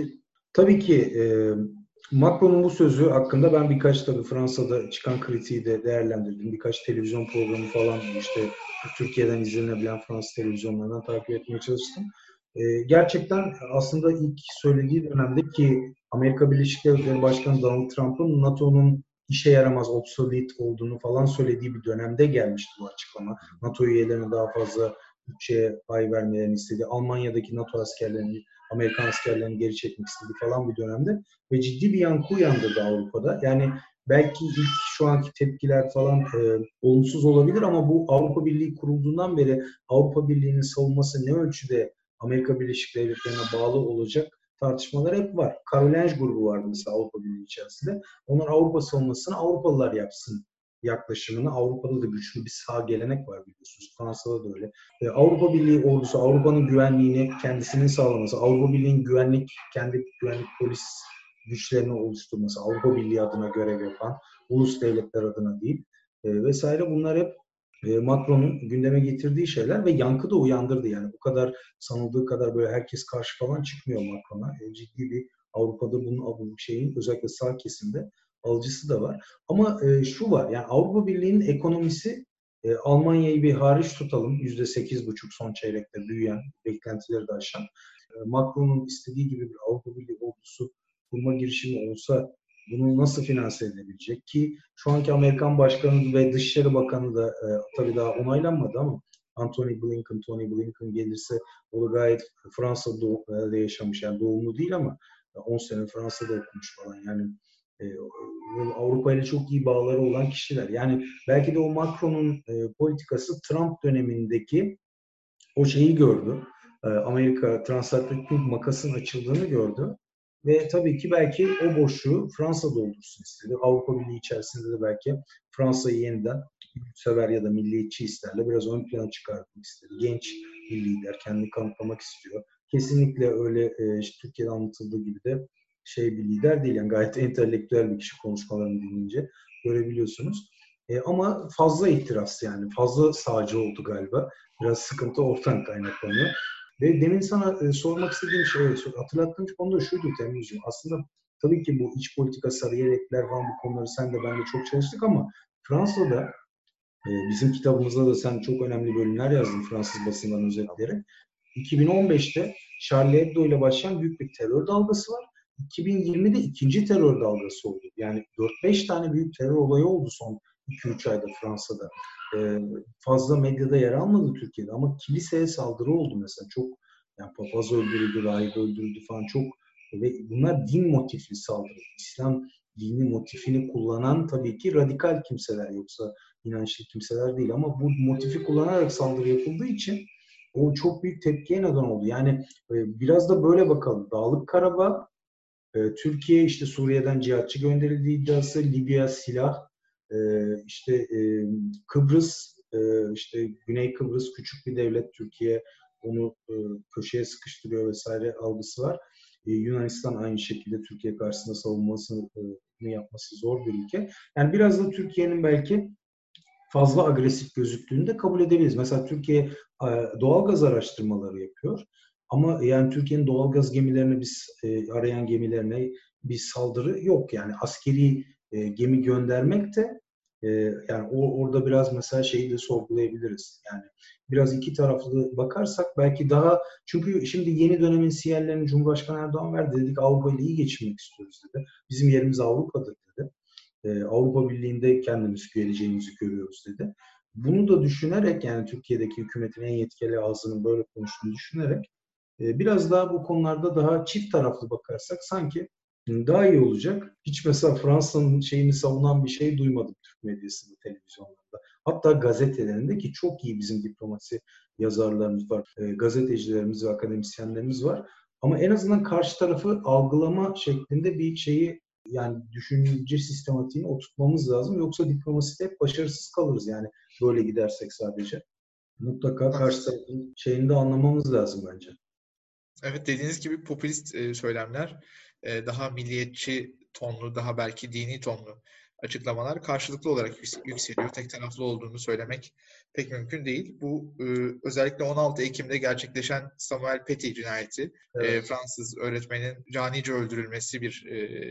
tabii ki Macron'un bu sözü hakkında ben birkaç tabii Fransa'da çıkan kritiği de değerlendirdim. Birkaç televizyon programı falan işte Türkiye'den izlenebilen Fransız televizyonlarından takip etmeye çalıştım. Gerçekten aslında ilk söylediği dönemde ki Amerika Birleşik Devletleri Başkanı Donald Trump'ın NATO'nun işe yaramaz, obsolete olduğunu falan söylediği bir dönemde gelmişti bu açıklama. NATO üyelerine daha fazla bütçeye pay vermelerini istedi. Almanya'daki NATO askerlerini, Amerikan askerlerini geri çekmek istedi falan bir dönemde. Ve ciddi bir yankı uyandırdı Avrupa'da. Yani belki ilk şu anki tepkiler falan olumsuz olabilir ama bu Avrupa Birliği kurulduğundan beri Avrupa Birliği'nin savunması ne ölçüde Amerika Birleşik Devletleri'ne bağlı olacak tartışmalar hep var. Carl grubu var mesela Avrupa Birliği içerisinde. Onlar Avrupa savunmasını Avrupalılar yapsın yaklaşımını. Avrupa'da da güçlü bir sağ gelenek var biliyorsunuz. Fransa'da da öyle. Avrupa Birliği ordusu Avrupa'nın güvenliğini kendisinin sağlaması, Avrupa Birliği'nin kendi güvenlik polis güçlerini oluşturması, Avrupa Birliği adına görev yapan, ulus devletler adına değil vesaire bunlar hep Macron'un gündeme getirdiği şeyler ve yankı da uyandırdı. Yani bu kadar sanıldığı kadar böyle herkes karşı falan çıkmıyor Macron'a. Ciddi bir Avrupa'da bu şeyin özellikle sağ kesimde alıcısı da var. Ama şu var yani Avrupa Birliği'nin ekonomisi Almanya'yı bir hariç tutalım. %8,5 son çeyrekte büyüyen, beklentileri de aşan. Macron'un istediği gibi bir Avrupa Birliği ordusu kurma girişimi olsa bunu nasıl finanse edebilecek ki şu anki Amerikan Başkanı ve Dışişleri Bakanı da tabii daha onaylanmadı ama Tony Blinken gelirse o da gayet Fransa'da yaşamış yani doğumlu değil ama 10 sene Fransa'da okumuş falan yani Avrupa ile çok iyi bağları olan kişiler. Yani belki de o Macron'un politikası Trump dönemindeki o şeyi gördü. Amerika transatlantik makasın açıldığını gördü. Ve tabii ki belki o boşluğu Fransa doldursun istedi. Avrupa Birliği içerisinde de belki Fransa'yı yeniden sever ya da milliyetçi hislerle biraz ön plana çıkartmak istedi. Genç bir lider, kendini kanıtlamak istiyor. Kesinlikle öyle işte Türkiye'de anlatıldığı gibi de bir lider değil. Yani gayet entelektüel bir kişi konuşmalarını dinleyince görebiliyorsunuz. Ama fazla ihtiras yani. Fazla sağcı oldu galiba. Biraz sıkıntı oradan kaynaklanıyor. Ve demin sana sormak istediğim hatırlattığım konu da şuydu Temmuz'cum. Aslında tabii ki bu iç politika, sarı yelekler falan bu konuları sen de ben de çok çalıştık ama Fransa'da bizim kitabımızda da sen çok önemli bölümler yazdın Fransız basından özetleyerek. 2015'te Charlie Hebdo ile başlayan büyük bir terör dalgası var. 2020'de ikinci terör dalgası oldu. Yani 4-5 tane büyük terör olayı oldu son 2-3 ayda Fransa'da. Fazla medyada yer almadı Türkiye'de ama kiliseye saldırı oldu mesela. Çok yani papaz öldürüldü, rahip öldürüldü falan çok ve bunlar din motifli saldırı. İslam dini motifini kullanan tabii ki radikal kimseler yoksa inançlı kimseler değil ama bu motifi kullanarak saldırı yapıldığı için o çok büyük tepkiye neden oldu. Yani biraz da böyle bakalım. Dağlık Karabağ, Türkiye işte Suriye'den cihatçı gönderildiği iddiası, Libya silah, işte Kıbrıs, işte Güney Kıbrıs küçük bir devlet, Türkiye onu köşeye sıkıştırıyor vesaire algısı var. Yunanistan aynı şekilde Türkiye karşısında savunmasını yapması zor bir ülke. Yani biraz da Türkiye'nin belki fazla agresif gözüktüğünü de kabul edebiliriz. Mesela Türkiye doğalgaz araştırmaları yapıyor. Ama yani Türkiye'nin doğalgaz gemilerine arayan gemilerine bir saldırı yok. Yani askeri gemi göndermek de yani orada biraz mesela şeyi de sorgulayabiliriz. Yani biraz iki taraflı bakarsak belki daha çünkü şimdi yeni dönemin sinyallerini Cumhurbaşkanı Erdoğan verdi. Dedik Avrupa ile iyi geçinmek istiyoruz dedi. Bizim yerimiz Avrupa'dır dedi. Avrupa Birliği'nde kendimizi geleceğimizi görüyoruz dedi. Bunu da düşünerek yani Türkiye'deki hükümetin en yetkili ağzının böyle konuştuğunu düşünerek biraz daha bu konularda daha çift taraflı bakarsak sanki daha iyi olacak. Hiç mesela Fransa'nın şeyini savunan bir şey duymadım Türk medyasında, televizyonlarda. Hatta gazetelerinde, ki çok iyi bizim diplomasi yazarlarımız var, gazetecilerimiz ve akademisyenlerimiz var. Ama en azından karşı tarafı algılama şeklinde bir şeyi, yani düşünce sistematiğini oturtmamız lazım. Yoksa diplomaside hep başarısız kalırız yani böyle gidersek sadece. Mutlaka karşı tarafın şeyini de anlamamız lazım bence. Evet, dediğiniz gibi popülist söylemler, daha milliyetçi tonlu, daha belki dini tonlu açıklamalar karşılıklı olarak yükseliyor. Tek taraflı olduğunu söylemek pek mümkün değil. Bu özellikle 16 Ekim'de gerçekleşen Samuel Paty cinayeti, Evet. Fransız öğretmenin canice öldürülmesi bir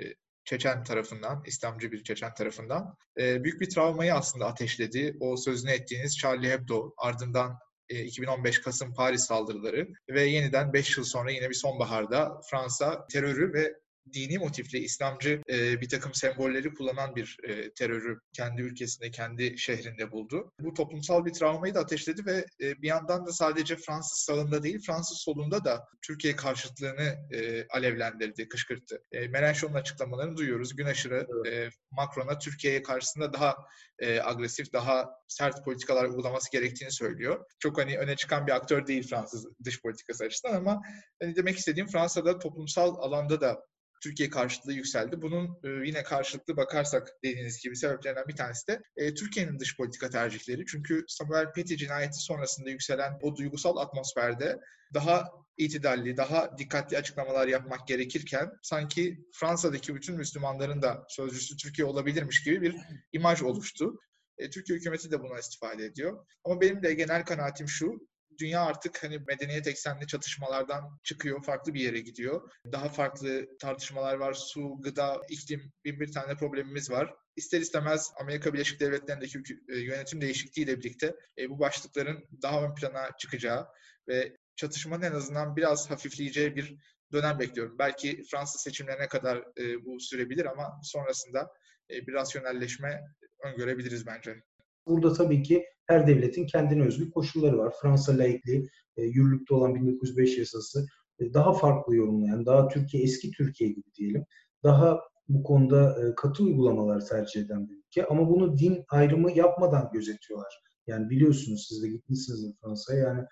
Çeçen tarafından, İslamcı bir Çeçen tarafından büyük bir travmayı aslında ateşledi. O sözünü ettiğiniz Charlie Hebdo, ardından 2015 Kasım Paris saldırıları ve yeniden 5 yıl sonra yine bir sonbaharda Fransa terörü ve dini motifli İslamcı bir takım sembolleri kullanan bir terörü kendi ülkesinde, kendi şehrinde buldu. Bu toplumsal bir travmayı da ateşledi ve bir yandan da sadece Fransız sağında değil, Fransız solunda da Türkiye karşıtlığını alevlendirdi, kışkırttı. Mélenchon'un açıklamalarını duyuyoruz. Gün aşırı Macron'a Türkiye'ye karşısında daha agresif, daha sert politikalar uygulaması gerektiğini söylüyor. Çok öne çıkan bir aktör değil Fransız dış politikası açısından ama demek istediğim, Fransa'da toplumsal alanda da Türkiye karşıtlığı yükseldi. Bunun yine karşılıklı bakarsak dediğiniz gibi sebeplerinden bir tanesi de Türkiye'nin dış politika tercihleri. Çünkü Samuel Paty cinayeti sonrasında yükselen o duygusal atmosferde daha itidalli, daha dikkatli açıklamalar yapmak gerekirken sanki Fransa'daki bütün Müslümanların da sözcüsü Türkiye olabilirmiş gibi bir imaj oluştu. Türkiye hükümeti de buna istifade ediyor. Ama benim de genel kanaatim şu: dünya artık medeniyet eksenli çatışmalardan çıkıyor, farklı bir yere gidiyor. Daha farklı tartışmalar var. Su, gıda, iklim, bir tane problemimiz var. İster istemez Amerika Birleşik Devletleri'ndeki yönetim değişikliğiyle birlikte bu başlıkların daha ön plana çıkacağı ve çatışmanın en azından biraz hafifleyeceği bir dönem bekliyorum. Belki Fransız seçimlerine kadar bu sürebilir ama sonrasında bir rasyonelleşme öngörebiliriz bence. Burada tabii ki her devletin kendine özgü koşulları var. Fransa laikliği, yürürlükte olan 1905 yasası daha farklı yorumlayan, daha eski Türkiye gibi diyelim, daha bu konuda katı uygulamalar tercih eden bir ülke. Ama bunu din ayrımı yapmadan gözetiyorlar. Yani biliyorsunuz, siz de gitmişsiniz Fransa'ya. Yani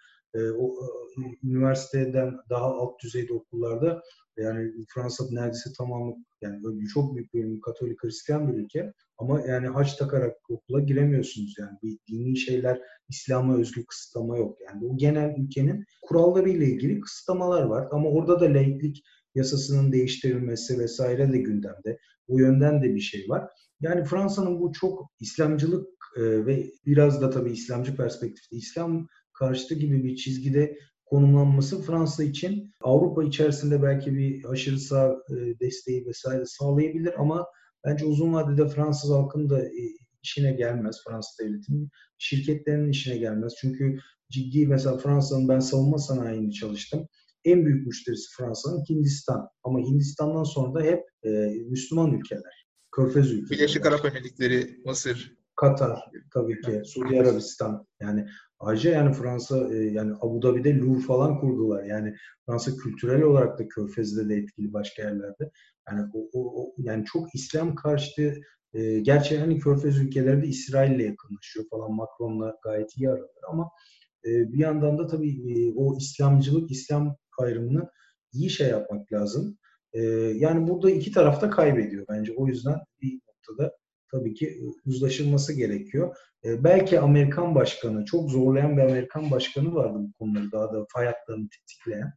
üniversiteden daha alt düzeyde okullarda, yani Fransa neredeyse tamamı, yani çok büyük bir Katolik Hristiyan bir ülke. Ama yani haç takarak okula giremiyorsunuz yani. Bir dini şeyler, İslam'a özgü kısıtlama yok. Yani o genel ülkenin kuralları ile ilgili kısıtlamalar var. Ama orada da laiklik yasasının değiştirilmesi vesaire de gündemde. O yönden de bir şey var. Yani Fransa'nın bu çok İslamcılık ve biraz da tabii İslamcı perspektifte İslam karşıtı gibi bir çizgide konumlanması Fransa için Avrupa içerisinde belki bir aşırı sağ desteği vesaire sağlayabilir ama bence uzun vadede Fransız halkının da işine gelmez, Fransız devletinin. Şirketlerinin işine gelmez. Çünkü ciddi, mesela Fransa'nın, ben savunma sanayinde çalıştım. En büyük müşterisi Fransa'nın Hindistan. Ama Hindistan'dan sonra da hep Müslüman ülkeler. Körfez ülkeleri. Birleşik Arap Emirlikleri, Mısır, Katar, tabii ki, Suudi Arabistan. Yani ayrıca yani Fransa, yani Abu Dhabi'de Louvre falan kurdular. Yani Fransa kültürel olarak da Körfez'de de etkili, başka yerlerde. Yani yani çok İslam karşıtı, gerçi hani Körfez ülkeleri de İsrail'le yakınlaşıyor falan, Macron'la gayet iyi aralar ama bir yandan da tabii o İslamcılık, İslam ayrımını iyi şey yapmak lazım. Yani burada iki taraf da kaybediyor bence. O yüzden bir noktada tabii ki uzlaşılması gerekiyor. Belki Amerikan başkanı, çok zorlayan bir Amerikan başkanı vardı bu konuları daha da fay hatlarını tetikleyen.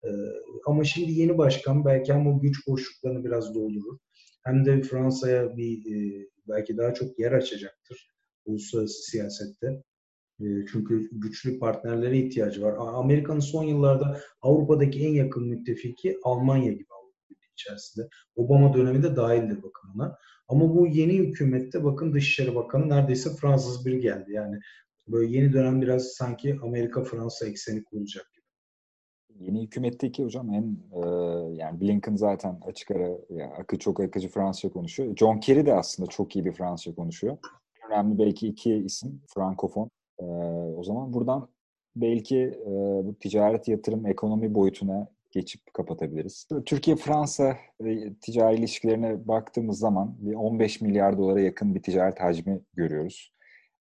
Ama şimdi yeni başkan belki hem o güç boşluklarını biraz doldurur, hem de Fransa'ya belki daha çok yer açacaktır uluslararası siyasette. Çünkü güçlü partnerlere ihtiyacı var. Amerika'nın son yıllarda Avrupa'daki en yakın müttefiki Almanya gibi, Avrupa Birliği içerisinde. Obama dönemi de dahildir bakın ona. Ama bu yeni hükümette bakın, Dışişleri Bakanı neredeyse Fransız biri geldi. Yani böyle yeni dönem biraz sanki Amerika-Fransa ekseni kurulacak gibi. Yeni hükümetteki hocam yani Blinken zaten açık ara çok akıcı Fransızca konuşuyor. John Kerry de aslında çok iyi bir Fransızca konuşuyor. Önemli belki iki isim Frankofon. O zaman buradan belki bu ticaret, yatırım, ekonomi boyutuna geçip kapatabiliriz. Türkiye-Fransa ticari ilişkilerine baktığımız zaman bir 15 milyar dolara yakın bir ticaret hacmi görüyoruz.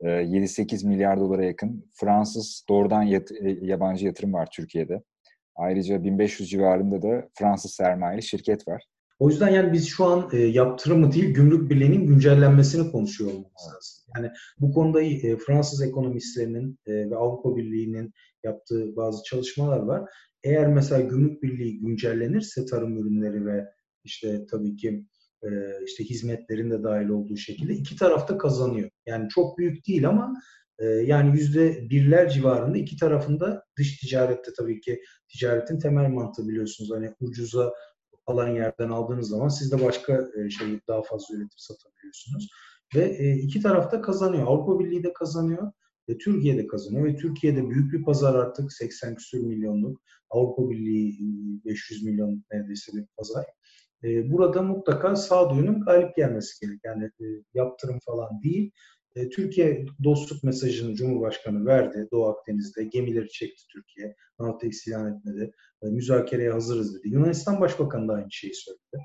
7-8 milyar dolara yakın Fransız doğrudan yabancı yatırım var Türkiye'de. Ayrıca 1500 civarında da Fransız sermayeli şirket var. O yüzden yani biz şu an yaptırımı değil, gümrük birliğinin güncellenmesini konuşuyor olmamız lazım. Yani bu konuda Fransız ekonomistlerinin ve Avrupa Birliği'nin yaptığı bazı çalışmalar var. Eğer mesela gümrük birliği güncellenirse tarım ürünleri ve işte tabii ki işte hizmetlerin de dahil olduğu şekilde iki taraf da kazanıyor. Yani çok büyük değil ama yani %1'ler civarında iki tarafında dış ticarette tabii ki ticaretin temel mantığı biliyorsunuz. Hani ucuza alan yerden aldığınız zaman siz de başka şeyi daha fazla üretip satabiliyorsunuz. Ve iki taraf da kazanıyor. Avrupa Birliği de kazanıyor. Türkiye de kazanıyor. Ve Türkiye'de büyük bir pazar artık 80 küsur milyonluk. Avrupa Birliği 500 milyon neredeyse bir pazar. Burada mutlaka sağduyunun galip gelmesi gerek. Yani yaptırım falan değil. Türkiye dostluk mesajını Cumhurbaşkanı verdi. Doğu Akdeniz'de gemileri çekti Türkiye. NAVTEX ilan etmedi. Müzakereye hazırız dedi. Yunanistan Başbakanı da aynı şeyi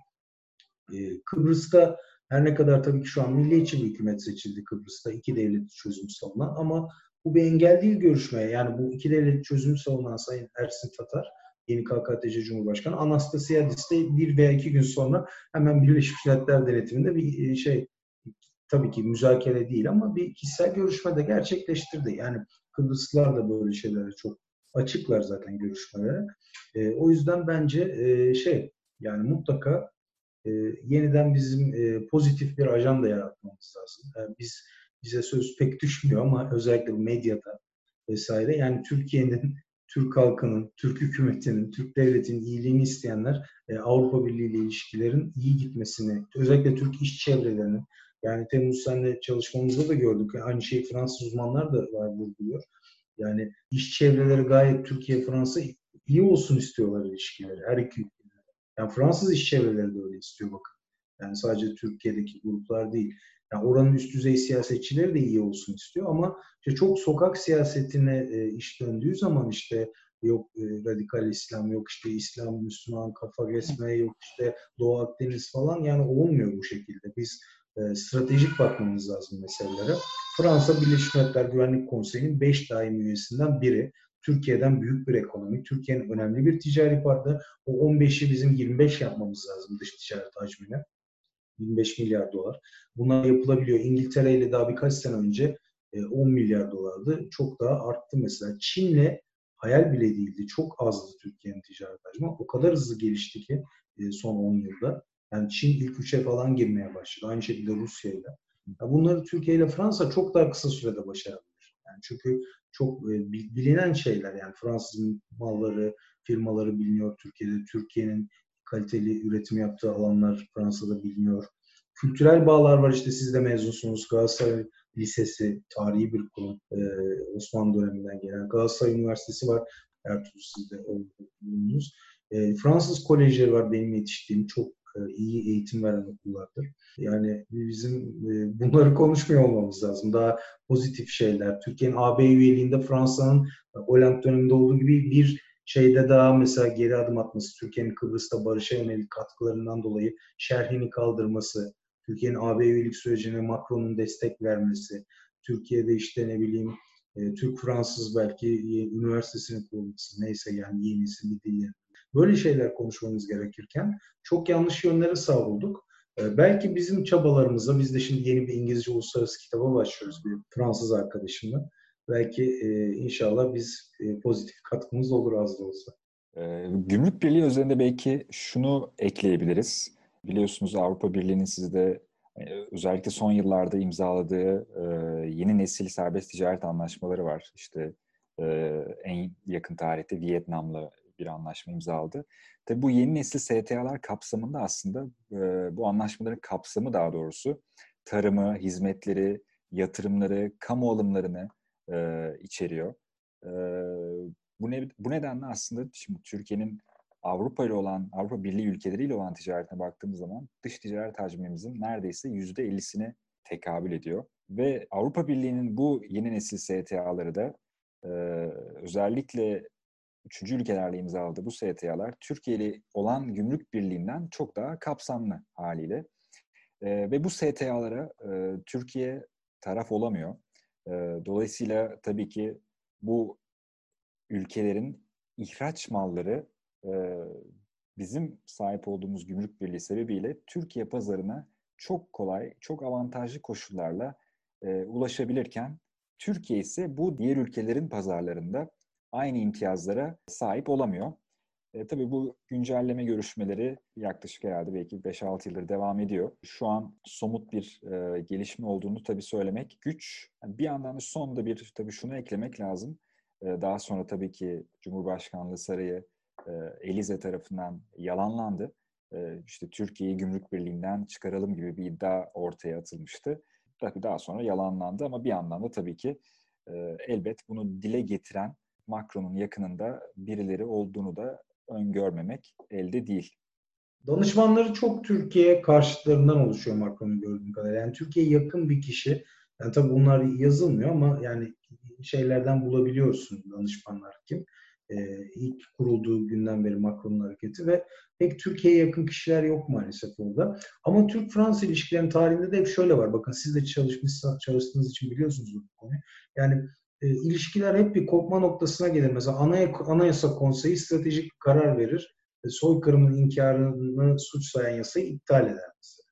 söyledi. Kıbrıs'ta her ne kadar tabii ki şu an milliyetçi bir hükümet seçildi Kıbrıs'ta. İki devletli çözüm savunan ama bu bir engel değil görüşmeye. Yani bu iki devletli çözüm savunan Sayın Ersin Tatar, yeni KKTC Cumhurbaşkanı, Anastasiadis'te bir veya iki gün sonra hemen Birleşmiş Milletler denetiminde bir tabii ki müzakere değil ama bir kişisel görüşme de gerçekleştirdi. Yani Kıbrıslılar da böyle şeylere çok açıklar zaten görüşmelere. O yüzden bence yani mutlaka yeniden bizim pozitif bir ajanda yaratmamız lazım. Yani bize söz pek düşmüyor ama özellikle medyada vesaire yani Türkiye'nin, Türk halkının, Türk hükümetinin, Türk devletinin iyiliğini isteyenler Avrupa Birliği ile ilişkilerin iyi gitmesini, özellikle Türk iş çevrelerinin yani Temmuz senle çalışmamızda da gördük. Aynı şeyi Fransız uzmanlar da vurguluyor. Yani iş çevreleri gayet Türkiye-Fransa iyi olsun istiyorlar ilişkileri. Her iki ülke. Yani Fransız iş çevreleri de öyle istiyor bakın. Yani sadece Türkiye'deki gruplar değil. Yani oranın üst düzey siyasetçileri de iyi olsun istiyor ama işte çok sokak siyasetine iş döndüğü zaman işte yok radikal İslam, yok işte İslam, Müslüman, kafa kesme, yok işte Doğu Akdeniz falan yani olmuyor bu şekilde. Biz stratejik bakmamız lazım meselelere. Fransa Birleşmiş Milletler Güvenlik Konseyi'nin 5 daimi üyesinden biri. Türkiye'den büyük bir ekonomi, Türkiye'nin önemli bir ticari partneri. O 15'i bizim 25 yapmamız lazım dış ticaret hacmine. 25 milyar dolar. Bunlar yapılabiliyor. İngiltere ile daha birkaç sene önce 10 milyar dolardı. Çok daha arttı mesela. Çin'le hayal bile değildi. Çok azdı Türkiye'nin ticaret hacmi. O kadar hızlı gelişti ki son 10 yılda. Yani Çin ilk 3'e falan girmeye başladı. Aynı şekilde Rusya ile. Bunları Türkiye ile Fransa çok daha kısa sürede başarabilir. Yani çünkü çok bilinen şeyler yani Fransız malları, firmaları biliniyor Türkiye'de. Türkiye'nin kaliteli üretim yaptığı alanlar Fransa'da biliniyor. Kültürel bağlar var işte siz de mezunsunuz. Galatasaray Lisesi tarihi bir kurum. Osmanlı döneminden gelen. Galatasaray Üniversitesi var. Ertuğrul siz de bulundunuz. Fransız kolejleri var benim yetiştiğim. Çok iyi eğitim veren okullardır. Yani bizim bunları konuşmuyor olmamız lazım. Daha pozitif şeyler. Türkiye'nin AB üyeliğinde Fransa'nın Hollande döneminde olduğu gibi bir şeyde daha mesela geri adım atması, Türkiye'nin Kıbrıs'ta barışa yönelik katkılarından dolayı şerhini kaldırması, Türkiye'nin AB üyelik sürecine Macron'un destek vermesi, Türkiye'de işte ne bileyim Türk-Fransız belki üniversitesinin kurulması, neyse yani yenisi bir dil. Böyle şeyler konuşmamız gerekirken çok yanlış yönlere savrulduk. Belki bizim çabalarımızla, biz de şimdi yeni bir İngilizce uluslararası kitaba başlıyoruz bir Fransız arkadaşımla. Belki inşallah biz pozitif katkımız olur az da olsa. Gümrük Birliği üzerinde belki şunu ekleyebiliriz. Biliyorsunuz Avrupa Birliği'nin sizde özellikle son yıllarda imzaladığı yeni nesil serbest ticaret anlaşmaları var. İşte en yakın tarihte Vietnam'la bir anlaşma imzaladı. Tabii bu yeni nesil STA'lar kapsamında aslında bu anlaşmaların kapsamı daha doğrusu tarımı, hizmetleri, yatırımları, kamu alımlarını içeriyor. Bu nedenle aslında şimdi Türkiye'nin Avrupa Birliği ülkeleriyle olan ticaretine baktığımız zaman dış ticaret hacmimizin neredeyse %50'sine tekabül ediyor. Ve Avrupa Birliği'nin bu yeni nesil STA'ları da özellikle üçüncü ülkelerle imzaladığı bu STA'lar Türkiye ile olan gümrük birliğinden çok daha kapsamlı haliyle. Ve bu STA'lara Türkiye taraf olamıyor. Dolayısıyla tabii ki bu ülkelerin ihraç malları bizim sahip olduğumuz gümrük birliği sebebiyle Türkiye pazarına çok kolay, çok avantajlı koşullarla ulaşabilirken Türkiye ise bu diğer ülkelerin pazarlarında aynı imtiyazlara sahip olamıyor. Tabii bu güncelleme görüşmeleri yaklaşık herhalde belki 5-6 yıldır devam ediyor. Şu an somut bir gelişme olduğunu tabii söylemek güç. Yani bir yandan da sonda tabii şunu eklemek lazım. Daha sonra tabii ki Cumhurbaşkanlığı Sarayı Elize tarafından yalanlandı. İşte Türkiye'yi Gümrük Birliği'nden çıkaralım gibi bir iddia ortaya atılmıştı. Tabii daha sonra yalanlandı ama bir yandan da tabii ki elbet bunu dile getiren Macron'un yakınında birileri olduğunu da öngörmemek elde değil. Danışmanları çok Türkiye karşıtlarından oluşuyor Macron'un gördüğüm kadarıyla. Yani Türkiye'ye yakın bir kişi, yani tabii bunlar yazılmıyor ama yani şeylerden bulabiliyorsun danışmanlar kim. İlk kurulduğu günden beri Macron'un hareketi ve pek Türkiye'ye yakın kişiler yok maalesef orada. Ama Türk-Fransa ilişkilerinin tarihinde de hep şöyle var. Bakın siz de çalıştığınız için biliyorsunuz bu konuyu. Yani ilişkiler hep bir kopma noktasına gelir. Mesela Anayasa Konseyi stratejik bir karar verir. Soykırımın inkarını suç sayan yasayı iptal eder mesela.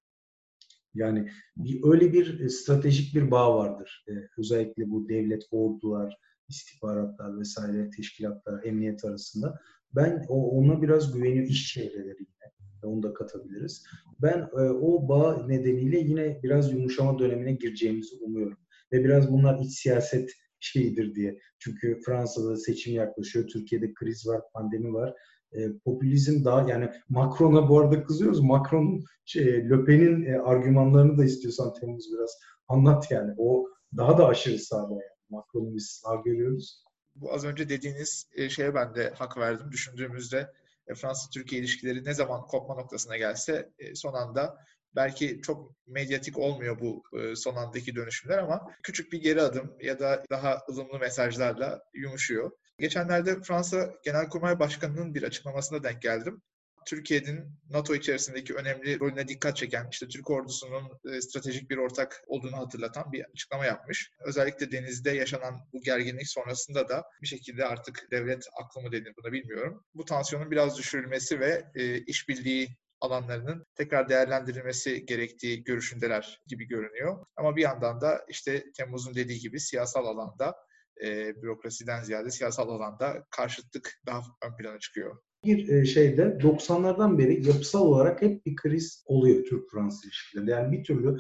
Yani öyle bir stratejik bir bağ vardır. Özellikle bu devlet, ordular, istihbaratlar vesaire teşkilatlar, emniyet arasında. Ben ona biraz güveniyorum. İş çevreleri yine. Onu da katabiliriz. Ben o bağ nedeniyle yine biraz yumuşama dönemine gireceğimizi umuyorum. Ve biraz bunlar iç siyaset şeyidir diye. Çünkü Fransa'da seçim yaklaşıyor. Türkiye'de kriz var, pandemi var. Popülizm daha yani Macron'a bu arada kızıyoruz. Macron'un Le Pen'in argümanlarını da istiyorsan Temmuz biraz anlat yani. O daha da aşırı sağda yani. Macron'un biz sağ görüyoruz. Bu az önce dediğiniz şeye ben de hak verdim. Düşündüğümüzde Fransa-Türkiye ilişkileri ne zaman kopma noktasına gelse son anda belki çok medyatik olmuyor bu son andaki dönüşümler ama küçük bir geri adım ya da daha ılımlı mesajlarla yumuşuyor. Geçenlerde Fransa Genelkurmay Başkanı'nın bir açıklamasına denk geldim. Türkiye'nin NATO içerisindeki önemli rolüne dikkat çeken, işte Türk ordusunun stratejik bir ortak olduğunu hatırlatan bir açıklama yapmış. Özellikle denizde yaşanan bu gerginlik sonrasında da bir şekilde artık devlet aklı mı denir buna bilmiyorum. Bu tansiyonun biraz düşürülmesi ve işbirliği alanlarının tekrar değerlendirilmesi gerektiği görüşündeler gibi görünüyor. Ama bir yandan da işte Temmuz'un dediği gibi siyasal alanda, bürokrasiden ziyade siyasal alanda karşıtlık daha ön plana çıkıyor. Bir şeyde 90'lardan beri yapısal olarak hep bir kriz oluyor Türk-Fransız ilişkilerinde. Yani bir türlü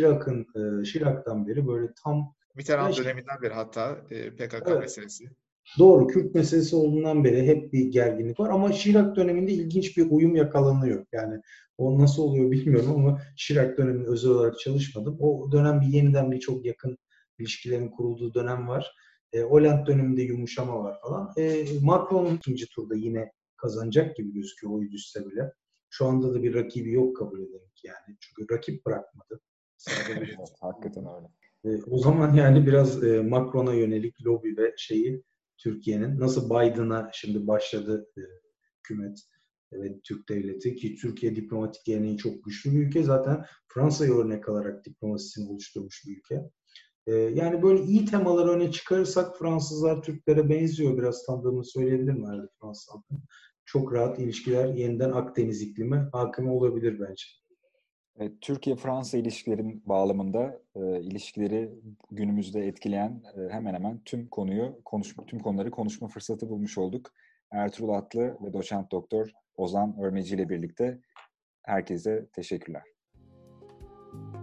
Chirac'tan beri böyle tam Mitterrand döneminden beri hatta PKK evet, meselesi. doğru, Kürt meselesi olduğundan beri hep bir gerginlik var ama Chirac döneminde ilginç bir uyum yakalanıyor. Yani o nasıl oluyor bilmiyorum ama Chirac döneminde özel olarak çalışmadım. O dönem yeniden bir çok yakın ilişkilerin kurulduğu dönem var. Hollande döneminde yumuşama var falan. Macron ikinci turda yine kazanacak gibi gözüküyor oy düşse bile. Şu anda da bir rakibi yok kabul edelim ki yani. Çünkü rakip bırakmadı. Evet, hakikaten öyle. O zaman yani biraz Macron'a yönelik lobi ve şeyi Türkiye'nin nasıl Biden'a şimdi başladı hükümet ve Türk devleti ki Türkiye diplomatik geleneği çok güçlü bir ülke. Zaten Fransa'yı örnek alarak diplomasisini oluşturmuş bir ülke. Yani böyle iyi temaları öne çıkarırsak Fransızlar Türklere benziyor. Biraz tanıdığımı söyleyebilirim herhalde Fransız halkı. Çok rahat ilişkiler yeniden Akdeniz iklimi hakim olabilir bence. Türkiye-Fransa ilişkilerin bağlamında ilişkileri günümüzde etkileyen hemen hemen tüm konuları konuşma fırsatı bulmuş olduk. Ertuğrul Atlı ve doçent doktor Ozan Örmeci ile birlikte herkese teşekkürler.